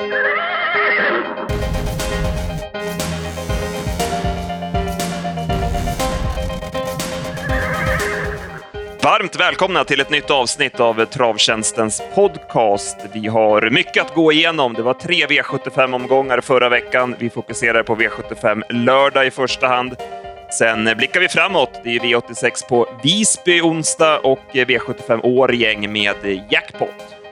Varmt välkomna till ett nytt avsnitt av Travtjänstens podcast. Vi har mycket att gå igenom. Det var 3 V75-omgångar förra veckan. Vi fokuserar på V75 lördag i första hand. Sen blickar vi framåt. Det är V86 på Visby onsdag och V75 Årjäng med jackpot.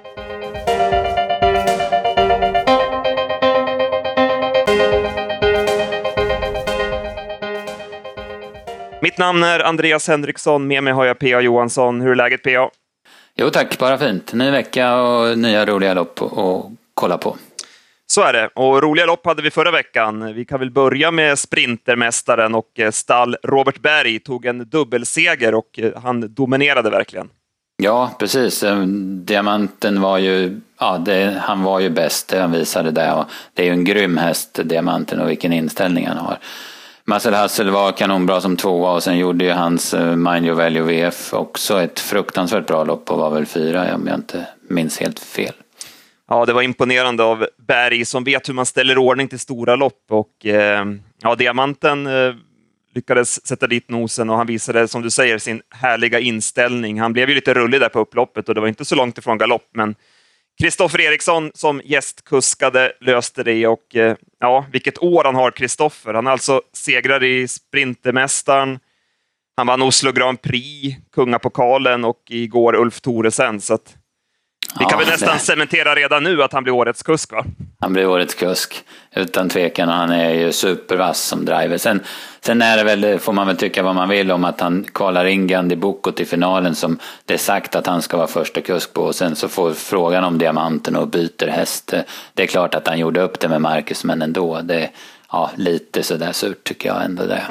Mitt namn är Andreas Henriksson, med mig har jag P.A. Johansson. Hur är läget, P.A.? Jo tack, bara fint. Ny vecka och nya roliga lopp att kolla på. Så är det, och roliga lopp hade vi förra veckan. Vi kan väl börja med sprintermästaren och stall Robert Berg tog en dubbelseger och han dominerade verkligen. Ja, precis. Diamanten var ju, han var ju bäst, han visade det. Och det är ju en grym häst, Diamanten, och vilken inställning han har. Marcel Hassel var kanonbra som 2 och sen gjorde ju hans Mind Your Value VF också ett fruktansvärt bra lopp och var väl 4 om jag inte minns helt fel. Ja, det var imponerande av Berg som vet hur man ställer ordning till stora lopp och Diamanten lyckades sätta dit nosen och han visade, som du säger, sin härliga inställning. Han blev ju lite rullig där på upploppet och det var inte så långt ifrån galopp, men Kristoffer Eriksson som gästkuskade löste det och vilket år han har, Kristoffer. Han alltså segrar i Sprintermästaren. Han vann Oslo Grand Prix, Kungapokalen och igår Ulf Thoresen, så att vi kan väl nästan cementera redan nu att han blir årets kusk, va? Han blir årets kusk, utan tvekan, och han är ju supervass som driver. Sen är det väl, får man väl tycka vad man vill om att han kvalar in Gandhi Boko till finalen som det är sagt att han ska vara första kusk på, och sen så får frågan om Diamanten och byter häst. Det är klart att han gjorde upp det med Marcus, men ändå, det lite sådär surt tycker jag ändå det.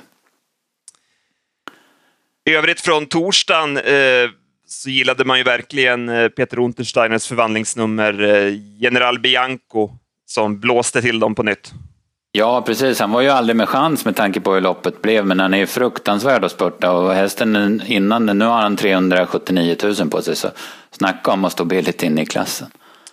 I övrigt från torsdagen så gillade man ju verkligen Peter Untersteiners förvandlingsnummer General Bianco som blåste till dem på nytt. Ja, precis. Han var ju aldrig med chans med tanke på hur loppet blev, men han är fruktansvärd att spurta och hästen innan, nu har han 379 000 på sig, så snacka om att stå billigt in i klassen.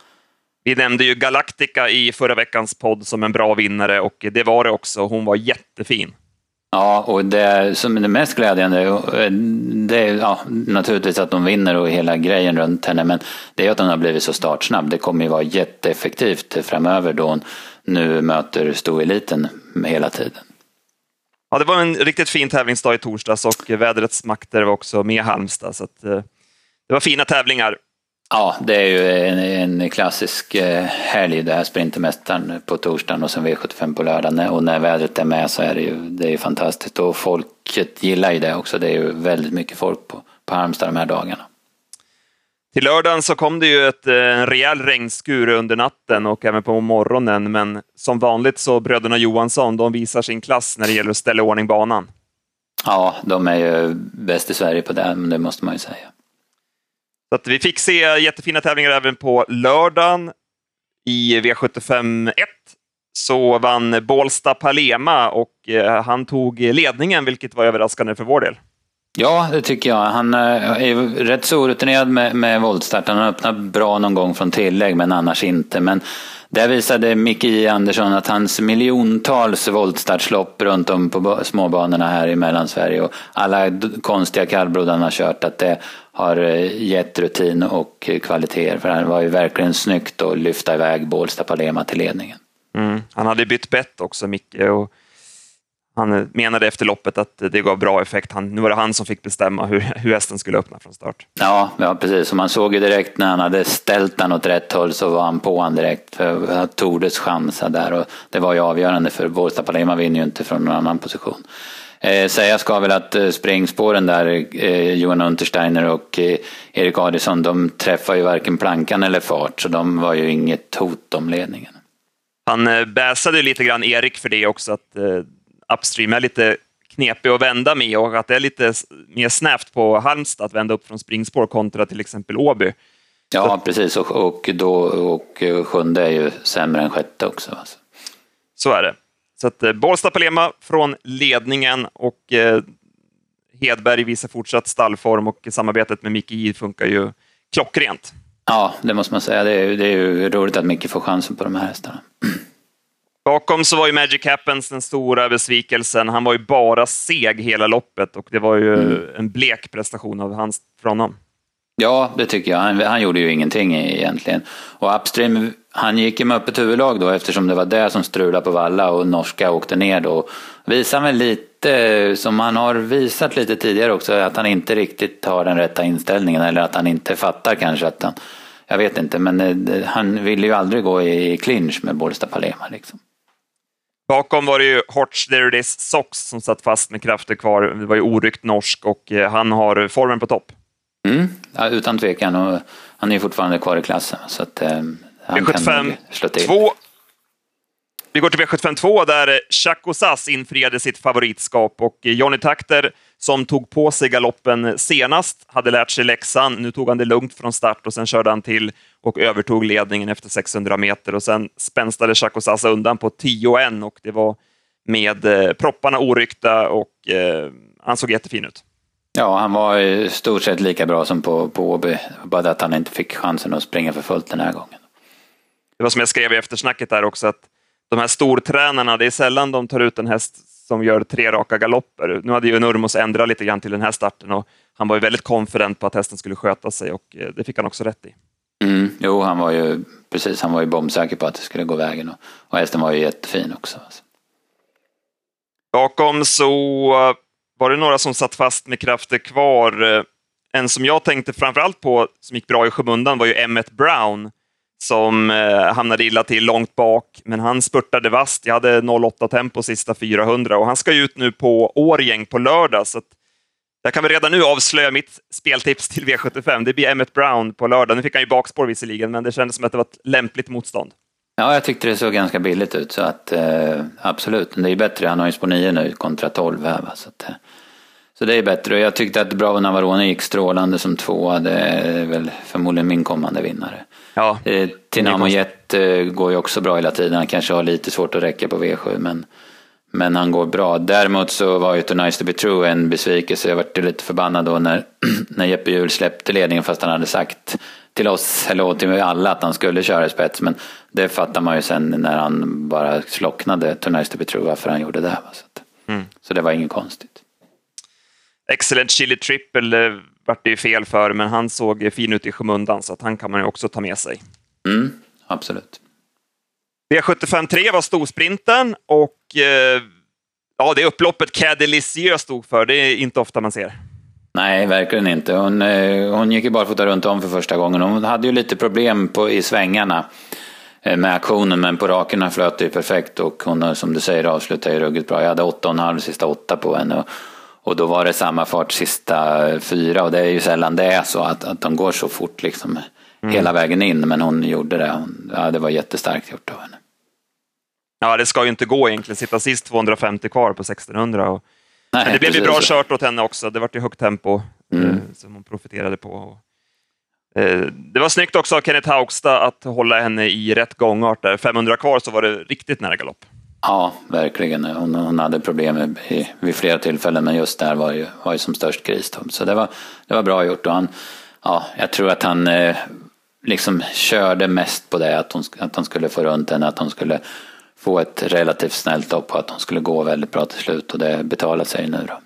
Vi nämnde ju Galactica i förra veckans podd som en bra vinnare och det var det också. Hon var jättefin. Ja, och det som är det mest glädjande, det är naturligtvis att de vinner och hela grejen runt henne, men det är att hon har blivit så startsnabb. Det kommer ju vara jätteeffektivt framöver då hon nu möter stoeliten hela tiden. Ja, det var en riktigt fin tävlingsdag i torsdags och vädrets makter var också med Halmstad, så att det var fina tävlingar. Ja, det är ju en klassisk helg, det här Sprintermästaren på torsdagen och sen V75 på lördagen. Och när vädret är med så är det är ju fantastiskt. Och folket gillar ju det också. Det är ju väldigt mycket folk på Halmstad de här dagarna. Till lördagen så kom det ju en rejäl regnskur under natten och även på morgonen. Men som vanligt så bröderna Johansson, de visar sin klass när det gäller att ställa ordning banan. Ja, de är ju bäst i Sverige på det, men det måste man ju säga. Så att vi fick se jättefina tävlingar även på lördagen. I V75 1 så vann Bålsta Palema och han tog ledningen, vilket var överraskande för vår del. Ja, det tycker jag. Han är rätt så orutinerad med voltstart. Han har öppnat bra någon gång från tillägg, men annars inte. Men där visade Micke J. Andersson att hans miljontals voltstartslopp runt om på småbanorna här i Mellansverige och alla konstiga kallblod han har kört, att det har gett rutin och kvaliteter. För han var ju verkligen snyggt att lyfta iväg Bålsta Palema till ledningen. Han hade bytt bett också, Micke, och han menade efter loppet att det gav bra effekt. Nu var det han som fick bestämma hur hästen skulle öppna från start. Ja, precis. Och man såg ju direkt när han hade ställt den åt rätt håll så var han på han direkt. För Tordes chansa där, och det var ju avgörande för Bålsta Palema vinner ju inte från någon annan position. Säga ska väl att springspåren där, Johan Untersteiner och Erik Adison, de träffar ju varken plankan eller fart, så de var ju inget hot om ledningen. Han bäsade lite grann Erik för det också, att upstream är lite knepig att vända med och att det är lite mer snävt på Halmstad att vända upp från springspår kontra till exempel Åby. Ja, precis, och sjunde är ju sämre än sjätte också. Alltså. Så är det. Så att Bålsta Palema från ledningen och Hedberg visar fortsatt stallform och samarbetet med Micke J funkar ju klockrent. Ja, det måste man säga. Det är ju roligt att Micke får chansen på de här hästarna. Bakom så var ju Magic Happens den stora besvikelsen. Han var ju bara seg hela loppet och det var ju en blek prestation från honom. Ja, det tycker jag. Han gjorde ju ingenting egentligen. Och Upstream, han gick ju med öppet huvudlag då eftersom det var det som strulade på Valla och norska åkte ner då. Visar väl lite, som han har visat lite tidigare också, att han inte riktigt har den rätta inställningen eller att han inte fattar kanske att han, jag vet inte, men han ville ju aldrig gå i clinch med Bålsta Palema liksom. Bakom var det ju Horch There It Is Sox som satt fast med krafter kvar. Det var ju oryckt norsk och han har formen på topp. Ja, utan tvekan, och han är ju fortfarande kvar i klassen så att han V75 kan nog slå till. Vi går till V75 där Chaco Sass infriade sitt favoritskap och Johnny Takter som tog på sig galoppen senast hade lärt sig läxan. Nu tog han det lugnt från start och sen körde han till och övertog ledningen efter 600 meter och sen spänstade Chaco Sass undan på 10-1 och det var med propparna oryckta och han såg jättefin ut. Ja, han var i stort sett lika bra som på Åby, bara att han inte fick chansen att springa för fullt den här gången. Det var som jag skrev i eftersnacket där också, att de här stortränarna, det är sällan de tar ut en häst som gör 3 raka galopper. Nu hade ju Nurmos ändrat lite grann till den här starten och han var ju väldigt confident på att hästen skulle sköta sig och det fick han också rätt i. Jo, han var ju bombsäker på att det skulle gå vägen och hästen var ju jättefin också. Alltså. Bakom så var det några som satt fast med krafter kvar. En som jag tänkte framförallt på som gick bra i skymundan var ju Emmett Brown som hamnade illa till långt bak, men han spurtade vast. Jag hade 0,8 tempo sista 400 och han ska ju ut nu på Årgäng på lördag, så att jag kan väl redan nu avslöja mitt speltips till V75. Det blir Emmett Brown på lördag. Nu fick han ju bakspår visserligen, men det kändes som att det var ett lämpligt motstånd. Ja, jag tyckte det såg ganska billigt ut, så att absolut. Det är bättre, han har ju spår 9 nu kontra 12 här, va? Så det är bättre. Och jag tyckte att Bravo Navarone gick strålande som 2. Det är väl förmodligen min kommande vinnare. Ja, Tinamo Jet går ju också bra hela tiden. Han kanske har lite svårt att räcka på V7, men han går bra. Däremot så var ju Too Nice To Be True en besvikelse. Jag var lite förbannad då när Jeppe Hjul släppte ledningen fast han hade sagt till oss, eller till alla, att han skulle köra i spets. Men det fattar man ju sen när han bara slocknade Too Nice To Be True varför han gjorde det. Så det var inget konstigt. Excellent Chili Triple vart det ju fel för, men han såg fin ut i skymundan så att han kan man ju också ta med sig. Absolut. V75-3 var storsprinten och ja, det upploppet Cadelicieux stod för, det är inte ofta man ser. Nej, verkligen inte. Hon gick ju bara fota runt om för första gången. Hon hade ju lite problem i svängarna med aktionen, men på rakerna flöt det ju perfekt och hon, som du säger, avslutade ju ruggigt bra. Jag hade 8,5 sista 8 på henne och då var det samma fart sista 4 och det är ju sällan det är så att de går så fort liksom hela vägen in, men hon gjorde det. Det var jättestarkt gjort av henne. Ja, det ska ju inte gå egentligen, sitta sist 250 kvar på 1600 Nej, men det blev ju bra kört åt henne också. Det var ju högt tempo som hon profiterade på. Det var snyggt också av Kenneth Haugstad att hålla henne i rätt gångart där. 500 kvar så var det riktigt nära galopp. Ja, verkligen. Hon hade problem vid flera tillfällen, men just där var ju som störst kris. Så det var bra gjort. Och jag tror att han liksom körde mest på det, att han skulle få runt henne, att hon skulle få ett relativt snällt lopp och att hon skulle gå väldigt bra till slut, och det betalar sig nu då.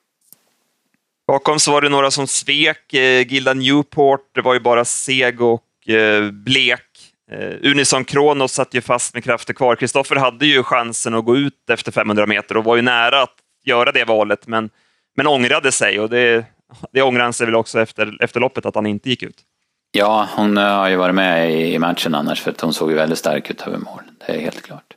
Bakom så var det några som svek. Gilda Newport, det var ju bara seg och blek. Unison Kronos satt ju fast med krafter kvar. Kristoffer hade ju chansen att gå ut efter 500 meter och var ju nära att göra det valet, men ångrade sig, och det ångrar han sig väl också efter loppet att han inte gick ut. Ja, hon har ju varit med i matchen annars, för att hon såg ju väldigt stark ut över mål. Det är helt klart.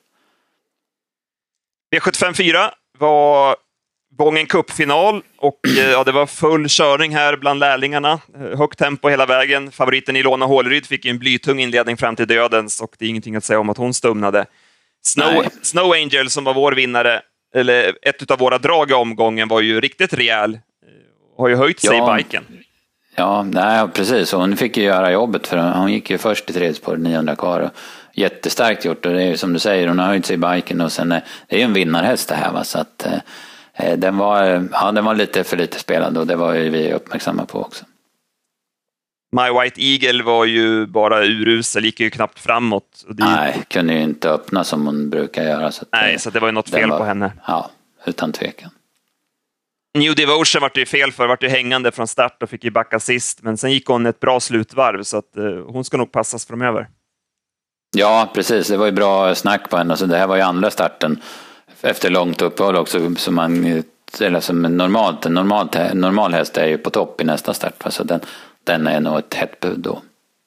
V75-4 var Bången Cup-final och det var full körning här bland lärlingarna. Högt tempo hela vägen. Favoriten Ilona Håleryd fick en blytung inledning fram till dödens, och det är ingenting att säga om att hon stumnade. Snow Angel, som var vår vinnare, eller ett av våra drag i omgången, var ju riktigt rejäl. Har ju höjt sig i biken. Ja, nej, precis. Hon fick ju göra jobbet, för hon gick ju först i tredje spår 900 kvar. Jättestarkt gjort, och det är ju som du säger, hon har höjt sig i biken, och sen det är ju en vinnarhäst det här, va? Så att den var lite för lite spelad, och det var ju vi uppmärksamma på också. My White Eagle var ju bara urusel, gick ju knappt framåt. Och Nej, kunde ju inte öppna som hon brukar göra. Så så det var ju något fel på henne. Ja, utan tvekan. New Devotion var det ju fel för, var ju hängande från start och fick ju backa sist. Men sen gick hon ett bra slutvarv, så att hon ska nog passas framöver. Ja, precis. Det var ju bra snack på henne. Så det här var ju andra starten efter långt uppehåll också. Så man, eller som en normal häst är ju på topp i nästa start. Så den är nog ett hett bud då.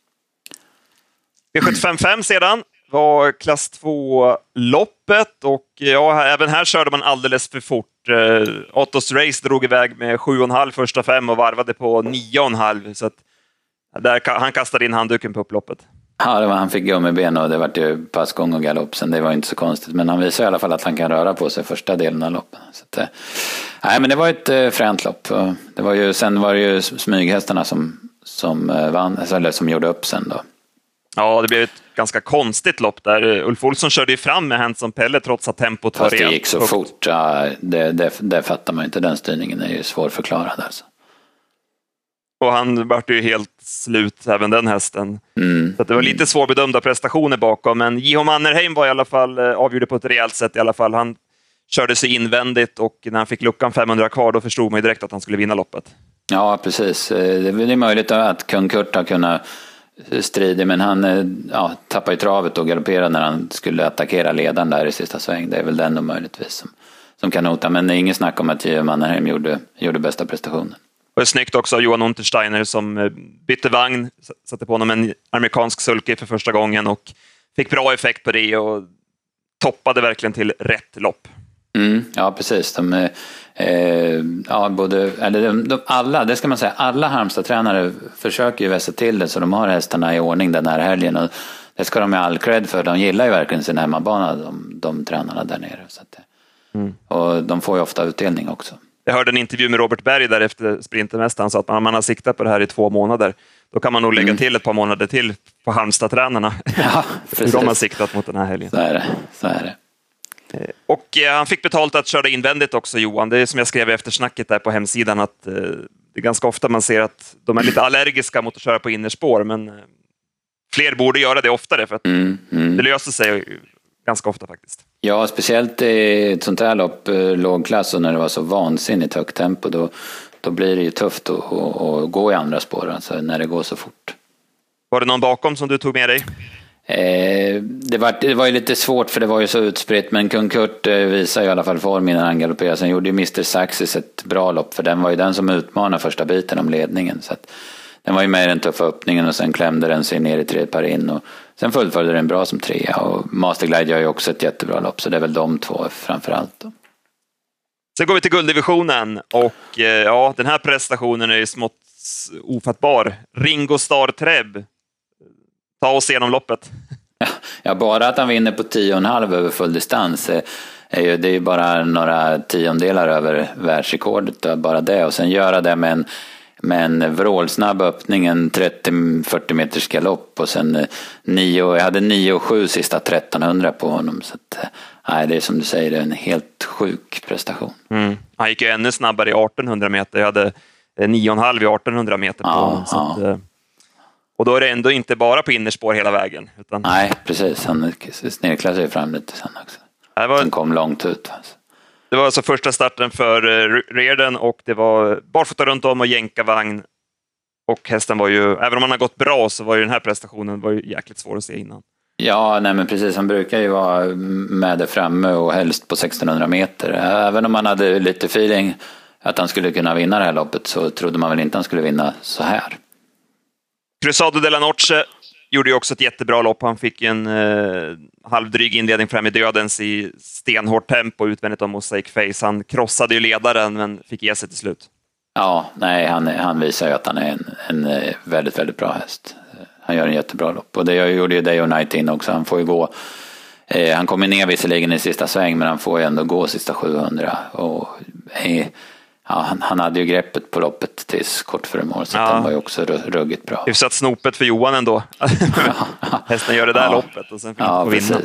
V755 sedan var klass 2-loppet och ja, även här körde man alldeles för fort. Ottos Race drog iväg med 7,5 första 5 och varvade på 9,5, så att han kastade in handduken på upploppet. Ja, han fick gummiben och det var ju passgång och galopp sen, det var inte så konstigt, men han visade i alla fall att han kan röra på sig första delen av loppen. Så att, nej, men det var ett fränt lopp. Sen var det ju smyghästarna som vann, eller som gjorde upp sen då. Ja, det blev ett ganska konstigt lopp där. Ulf Olsson körde ju fram med Hanson Pelle trots att tempot var rejält. Fast det gick så fort, ja, det fattar man inte. Den styrningen är ju svårförklarad alltså. Och han var ju helt slut, även den hästen. Så att det var lite svårbedömda prestationer bakom, men J.H. Mannerheim var i alla fall avgjorde på ett rejält sätt i alla fall. Han körde sig invändigt och när han fick luckan 500 kvar, då förstod man ju direkt att han skulle vinna loppet. Ja, precis. Det är möjligt att Kung Kurt har kunnat strida, men han tappade ju travet och galopperade när han skulle attackera ledaren där i sista sväng. Det är väl den då möjligtvis som kan hota, men det är ingen snack om att J.H. Mannerheim gjorde bästa prestationen. Och det är snyggt också av Johan Untersteiner som bytte vagn, satte på honom en amerikansk sulky för första gången och fick bra effekt på det och toppade verkligen till rätt lopp. Ja, precis. Alla, det ska man säga, alla Halmstad-tränare försöker ju vässa till det så de har hästarna i ordning den här helgen, och det ska de ha all cred för. De gillar ju verkligen sin hemmabana, de tränarna där nere. Så att, och de får ju ofta utdelning också. Jag hörde en intervju med Robert Berg där efter Sprintermästaren, så att man har siktat på det här i 2 månader. Då kan man nog lägga till ett par månader till på Halmstad-tränarna. Ja, precis. De har siktat mot den här helgen. Så är det. Och han fick betalt att köra invändigt också, Johan. Det är som jag skrev efter snacket där på hemsidan, att det är ganska ofta man ser att de är lite allergiska mot att köra på innerspår, men fler borde göra det oftare för att det löser sig ganska ofta faktiskt. Ja, speciellt i ett sånt här lopp, lågklass, och när det var så vansinnigt högt tempo, då blir det ju tufft att gå i andra spår, alltså när det går så fort. Var det någon bakom som du tog med dig? Det var ju lite svårt för det var ju så utspritt, men Kung Kurt visar i alla fall form innan han galopperade. Sen gjorde ju Mr. Saxis ett bra lopp, för den var ju den som utmanade första biten om ledningen, så att den var ju med i den tuffa öppningen och sen klämde den sig ner i 3 par in och sen fullföljde den bra som 3, och Masterglide gör ju också ett jättebra lopp, så det är väl de 2 framförallt då. Sen går vi till gulddivisionen och ja, den här prestationen är ju smått ofattbar. Ringo Starr Treb, ta oss igenom loppet. Ja, bara att han vinner på 10,5 över full distans det är ju bara några tiondelar över världsrekordet, bara det, och sen göra det med en vrålsnabb öppning, en 30-40 meters galopp, och sen jag hade 9,7 sista 1300 på honom, så att, nej, det är som du säger, det är en helt sjuk prestation. Han gick ju ännu snabbare i 1800 meter, jag hade 9,5 i 1800 meter på honom, så att, och då är det ändå inte bara på innerspår hela vägen. Utan... Nej, precis. Han snirklade sig fram lite sen också. Den kom långt ut. Alltså. Det var alltså första starten för Reardon och det var barfota runt om och jänkarvagn. Och hästen var ju, även om han har gått bra, så var ju den här prestationen var ju jäkligt svår att se innan. Ja, nej men precis. Han brukar ju vara med där framme och helst på 1600 meter. Även om man hade lite feeling att han skulle kunna vinna det här loppet, så trodde man väl inte han skulle vinna så här. Cruzado de la Noche gjorde ju också ett jättebra lopp. Han fick en halvdryg inledning fram i dödens i stenhårt tempo utvändigt av Mosaic Face. Han krossade ju ledaren men fick ge sig till slut. Ja, nej, han visar ju att han är en väldigt, väldigt bra häst. Han gör en jättebra lopp. Och det gjorde ju Day or Night in också. Han får ju gå. Han kommer ner visserligen i sista sväng, men han får ju ändå gå sista 700. Och han hade ju greppet på loppet tills kort före mål, så den var ju också ruggigt bra. Det satt snopet för Johan ändå. Hästen gör det där loppet och sen fick han vinna.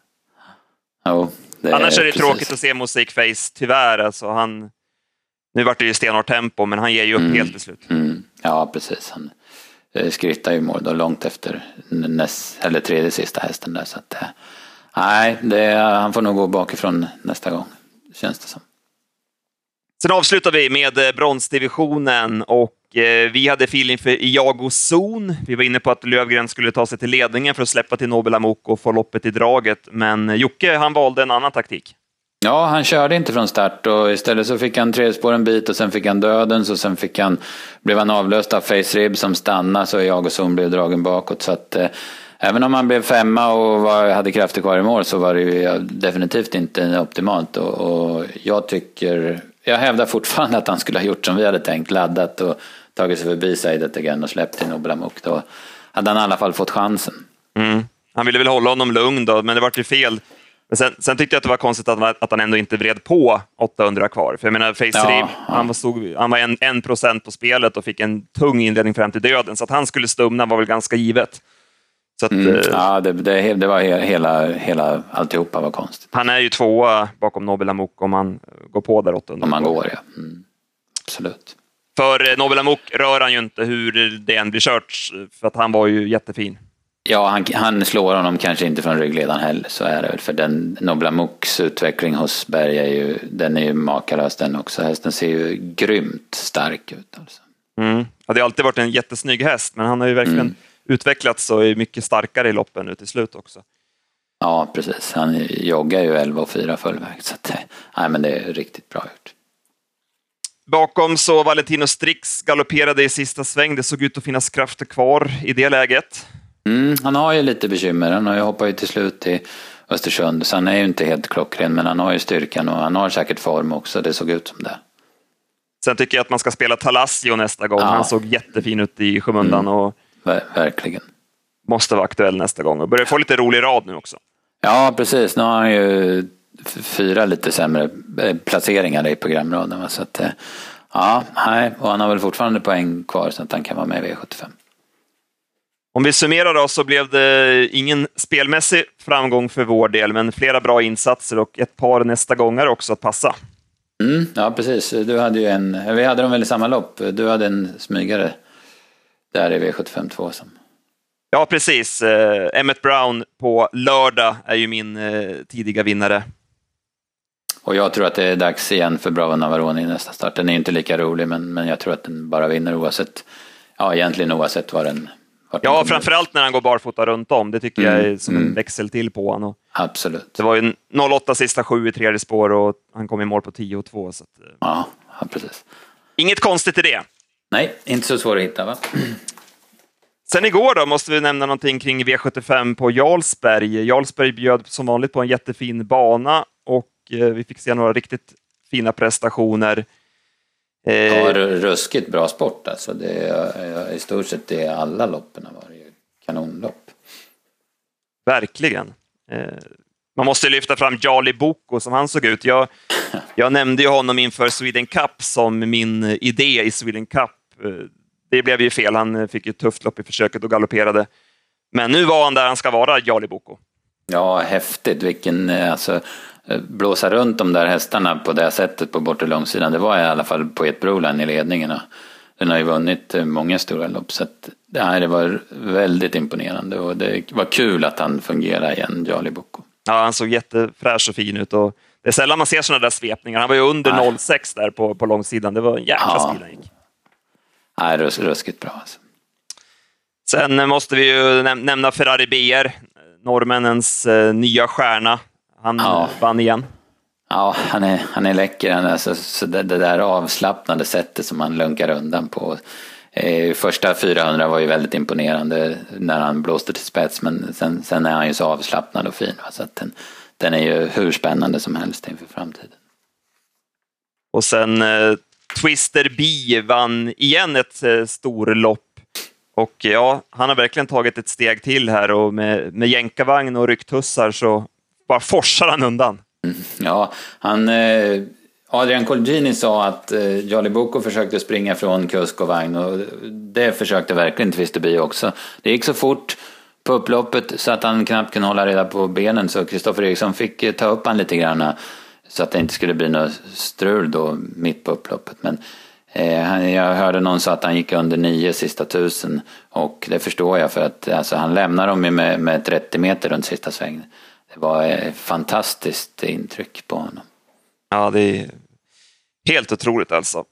Annars är det tråkigt att se Mosaic Face, tyvärr. Alltså, nu vart det ju stenhårt tempo, men han ger ju upp helt till slut. Ja, precis. skrittar ju mål då långt efter eller tredje sista hästen där. Så att, nej, han får nog gå bakifrån nästa gång, känns det som. Sen avslutar vi med bronsdivisionen och vi hade feeling för Iago Zon. Vi var inne på att Lövgren skulle ta sig till ledningen för att släppa till Nobel Amok och få loppet i draget. Men Jocke, han valde en annan taktik. Ja, han körde inte från start och istället så fick han tredje spår en bit och sen fick han dödens och sen blev han avlöst av Face Rib som stannade så Iago Zon blev dragen bakåt. Så att även om han blev 5 och hade krafter kvar i mål så var det ju definitivt inte optimalt och jag hävdar fortfarande att han skulle ha gjort som vi hade tänkt, laddat och tagit sig förbi Seidet igen och släppt till Nobel Amok. Då hade han i alla fall fått chansen. Han ville väl hålla honom lugn då, men det var ju fel. Men sen tyckte jag att det var konstigt att han ändå inte vred på 800 kvar. För jag menar, Face Rib, han var 1% på spelet och fick en tung inledning fram till döden. Så att han skulle stumna var väl ganska givet. Så att, det var hela alltihopa var konstigt. Han är ju 2 bakom Nobel Amok om man går på där 800. Om man går, ja. Absolut. För Nobel Amok rör han ju inte hur det än blir kört, för att han var ju jättefin. Ja, han slår honom kanske inte från ryggledaren heller, så är det väl. För den Nobel Amoks utveckling hos Berg är ju makalös den också. Hästen ser ju grymt stark ut alltså. Ja, det har alltid varit en jättesnygg häst, men han har ju verkligen utvecklats och är mycket starkare i loppen nu till slut också. Ja, precis. Han joggar ju 11,4 fullväg, så att, nej, men det är riktigt bra gjort. Bakom så Valentino Strix galopperade i sista sväng. Det såg ut att finnas krafter kvar i det läget. Han har ju lite bekymmer. Han har ju hoppat till slut i Östersund, så han är ju inte helt klockren, men han har ju styrkan och han har säkert form också. Det såg ut som det. Sen tycker jag att man ska spela Talassio nästa gång. Ja. Han såg jättefin ut i skymundan och verkligen. Måste vara aktuell nästa gång och börjar få lite rolig rad nu också. Ja, precis. Nu har han ju 4 lite sämre placeringar i programraden. Så att, och han har väl fortfarande poäng kvar så att han kan vara med i V75. Om vi summerar då så blev det ingen spelmässig framgång för vår del, men flera bra insatser och ett par nästa gånger också att passa. Ja, precis. Du hade ju vi hade dem väl i samma lopp. Du hade en smygare där i V75-2 som... Ja, precis. Emmett Brown på lördag är ju min tidiga vinnare. Och jag tror att det är dags igen för Bravo Navarone i nästa start. Den är inte lika rolig, men jag tror att den bara vinner oavsett var den... Ja, framförallt när han går barfota runt om. Det tycker jag är som en växel till på honom. Absolut. Det var ju 08 sista 7 i tredje spår och han kom i mål på 10,2. Så att, ja, precis. Inget konstigt i det. Nej, inte så svårt att hitta, va? Sen igår då måste vi nämna någonting kring V75 på Jarlsberg. Jarlsberg bjöd som vanligt på en jättefin bana och vi fick se några riktigt fina prestationer. Ja, ruskigt bra sport alltså. Det är i stort sett det alla loppen har varit kanonlopp. Verkligen. Man måste lyfta fram Jali Boko som han såg ut. Jag nämnde ju honom inför Sweden Cup som min idé i Sweden Cup. Det blev ju fel. Han fick ju ett tufft lopp i försöket och galopperade. Men nu var han där han ska vara, Jali Boko. Ja, häftigt. Blåsa runt de där hästarna på det sättet på bortre långsidan. Det var i alla fall på ett Broline i ledningen. Den har ju vunnit många stora lopp. Så att, det var väldigt imponerande. Och det var kul att han fungerar igen, Jali Boko. Ja, han såg jättefräsch och fin ut. Och det är sällan man ser sådana där svepningar. Han var ju under 0,6 där på långsidan. Det var en jäkla speed han gick. Nej, ruskigt bra alltså. Sen måste vi ju nämna Ferrari BR, norrmännens nya stjärna. Han vann igen. Ja, han är läcker. Så det där avslappnade sättet som han lunkar undan på. Första 400 var ju väldigt imponerande när han blåste till spets, men sen är han ju så avslappnad och fin. Så att den är ju hur spännande som helst inför framtiden. Och sen Twister B vann igen ett storlopp. Och ja, han har verkligen tagit ett steg till här och med jänkarvagn och rycktussar så bara forsar han undan. Ja, Adrian Colgjini sa att Jali Boko försökte springa från kusk och vagn och det försökte verkligen Twister B också. Det gick så fort på upploppet så att han knappt kunde hålla reda på benen, så Kristoffer Eriksson fick ta upp han lite grann så att det inte skulle bli något strul då mitt på upploppet. Men Jag hörde någon sa att han gick under 9 sista 1000, och det förstår jag, för att alltså, han lämnar dem med 30 meter runt sista svängen. Det var ett fantastiskt intryck på honom. Ja, det är helt otroligt alltså.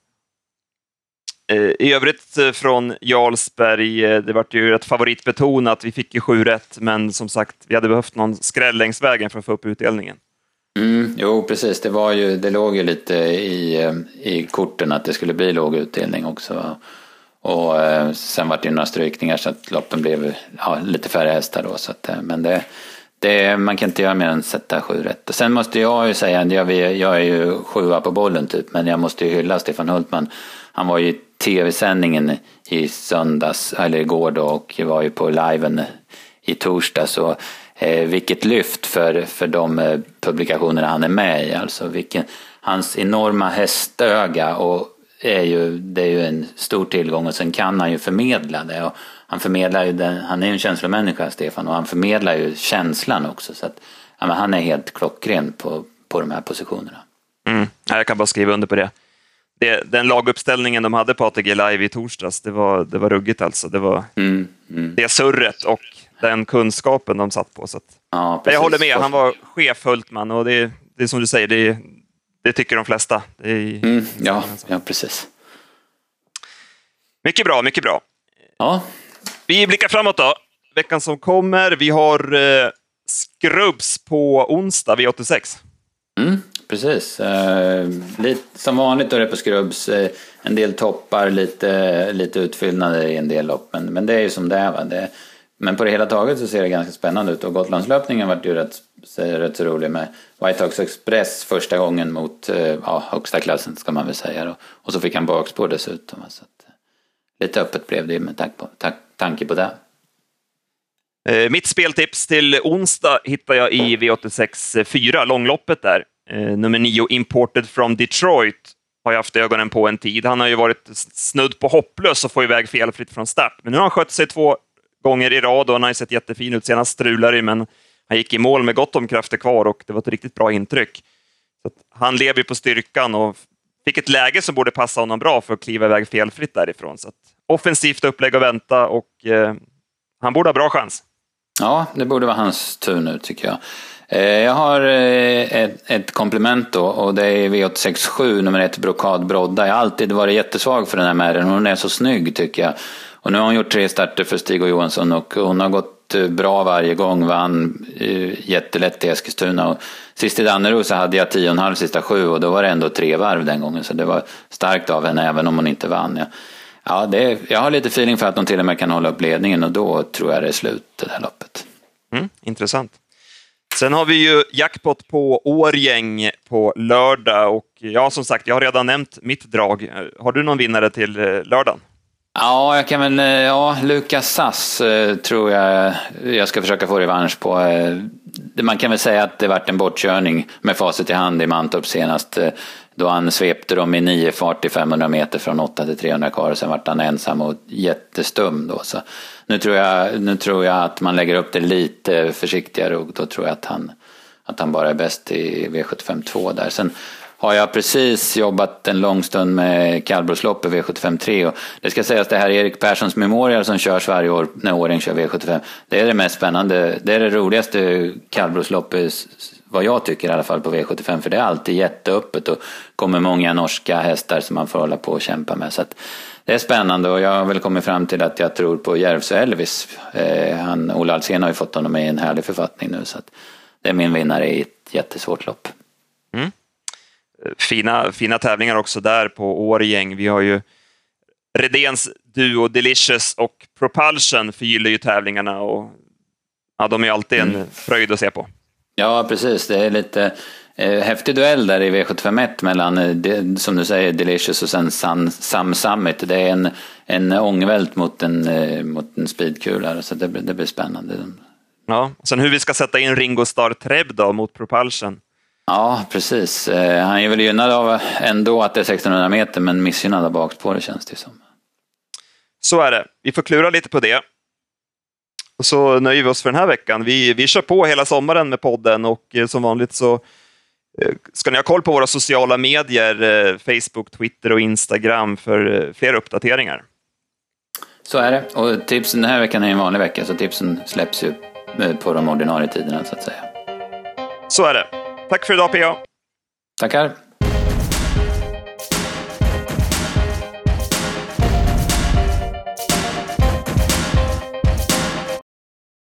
I övrigt från Jarlsberg, det var ju ett favoritbetonat. Vi fick ju 7 rätt, men som sagt, vi hade behövt någon skräll längs vägen för att få upp utdelningen. Jo, precis. Det låg ju lite i korten att det skulle bli låg utdelning också. Och sen var det ju några strykningar så att loppen blev lite färre hästar då. Så att, men man kan inte göra mer än sätta 7 rätt. Och sen måste jag ju säga, jag är ju 7 på bollen typ, men jag måste ju hylla Stefan Hultman. Han var ju i tv-sändningen i söndags, eller igår då, och var ju på liven i torsdag, så vilket lyft för de publikationerna han är med i. Alltså hans enorma hästöga, och det är ju en stor tillgång, och sen kan han ju förmedla det, och han förmedlar ju han är ju en känslomänniska, Stefan, och han förmedlar ju känslan också, så att han är helt klockren på de här positionerna. Jag kan bara skriva under på det. Den laguppställningen de hade på ATG Live i torsdags, det var ruggigt alltså. Det var det surret och den kunskapen de satt på. Så att, jag håller med, han var chef Hultman, och det är som du säger, det tycker de flesta. Ja, precis. Mycket bra, mycket bra. Ja. Vi blickar framåt då. Veckan som kommer, vi har Skrubbs på onsdag vid 86. Precis. Lite, som vanligt då är det på Skrubbs. En del toppar, lite utfyllnader i en del lopp. Men det är ju som det är, va? Men på det hela taget så ser det ganska spännande ut. Och Gotlandslöpningen var ju rätt så rolig med White Hawks Express första gången mot högsta klassen, ska man väl säga. Och så fick han bakspår dessutom. Så att, lite öppet blev det med tanke på det. Mitt speltips till onsdag hittar jag i V86 4, långloppet där. Nummer 9, Imported from Detroit, har jag haft ögonen på en tid. Han har ju varit snudd på hopplös och få iväg felfritt från start. Men nu har han skött sig 2 gånger i rad, och han har sett jättefin ut. Senast strulare, men han gick i mål med gott om krafter kvar, och det var ett riktigt bra intryck. Så han lever på styrkan och fick ett läge som borde passa honom bra för att kliva iväg felfritt därifrån. Så att, offensivt upplägg och vänta, och han borde ha bra chans. Ja, det borde vara hans tur nu, tycker jag. Jag har ett komplement då, och det är V867 nummer 1, Brokad Brodda. Jag har alltid varit jättesvag för den här märren. Hon är så snygg, tycker jag. Och nu har hon gjort 3 starter för Stig och Johansson, och hon har gått bra varje gång. Vann jättelätt i Eskilstuna. Och sist i Danneryd så hade jag 10,5 sista 7, och då var det ändå 3 varv den gången. Så det var starkt av henne, även om hon inte vann. Jag har lite feeling för att hon till och med kan hålla upp ledningen, och då tror jag det är slut, det här loppet. Intressant. Sen har vi ju jackpot på Årgäng på lördag, och som sagt, jag har redan nämnt mitt drag. Har du någon vinnare till lördagen? Ja, jag kan väl, Lukas Sass tror jag ska försöka få revansch på. Man kan väl säga att det varit en bortkörning med facit i hand i Mantorp senast, då han svepte dem i 9 fart i 500 meter från 8 till 300 kvar, och sen vart han ensam och jättestum då. Så nu tror jag att man lägger upp det lite försiktigare, och då tror jag att han bara är bäst i V75-2 där. Sen har jag precis jobbat en lång stund med kallblodslopp i V75-3, och det ska sägas, det här Erik Perssons Memorial som körs varje år när Årjäng kör V75, det är det mest spännande, det är det roligaste kallblodsloppet, vad jag tycker i alla fall, på V75, för det är alltid jätteöppet och kommer många norska hästar som man får hålla på och kämpa med, så att det är spännande. Och jag har väl kommit fram till att jag tror på Järvsö Elvis. Ola Alsen har ju fått honom i en härlig författning nu, så att det är min vinnare i ett jättesvårt lopp. Fina tävlingar också där på Årgäng. Vi har ju Redéns Duo Delicious och Propulsion förgyller ju tävlingarna, och de är alltid en fröjd att se på. Ja, precis. Det är lite häftig duell där i V751 mellan, som du säger, Delicious och sen Sam Summit. Det är en ångvält mot en speedkula, så det blir spännande. Ja, sen hur vi ska sätta in Ringo Starr Treb då mot Propulsion. Ja, precis. Han är väl gynnad av ändå att det är 1600 meter, men missgynnad av bakspår, det känns det som. Så är det. Vi får klura lite på det. Och så nöjer vi oss för den här veckan. Vi kör på hela sommaren med podden, och som vanligt så Ska ni ha koll på våra sociala medier, Facebook, Twitter och Instagram för fler uppdateringar. Så är det. Och tipsen den här veckan är en vanlig vecka, så tipsen släpps ju på de ordinarie tiderna så att säga. Så är det. Tack för idag, P.A. Tackar.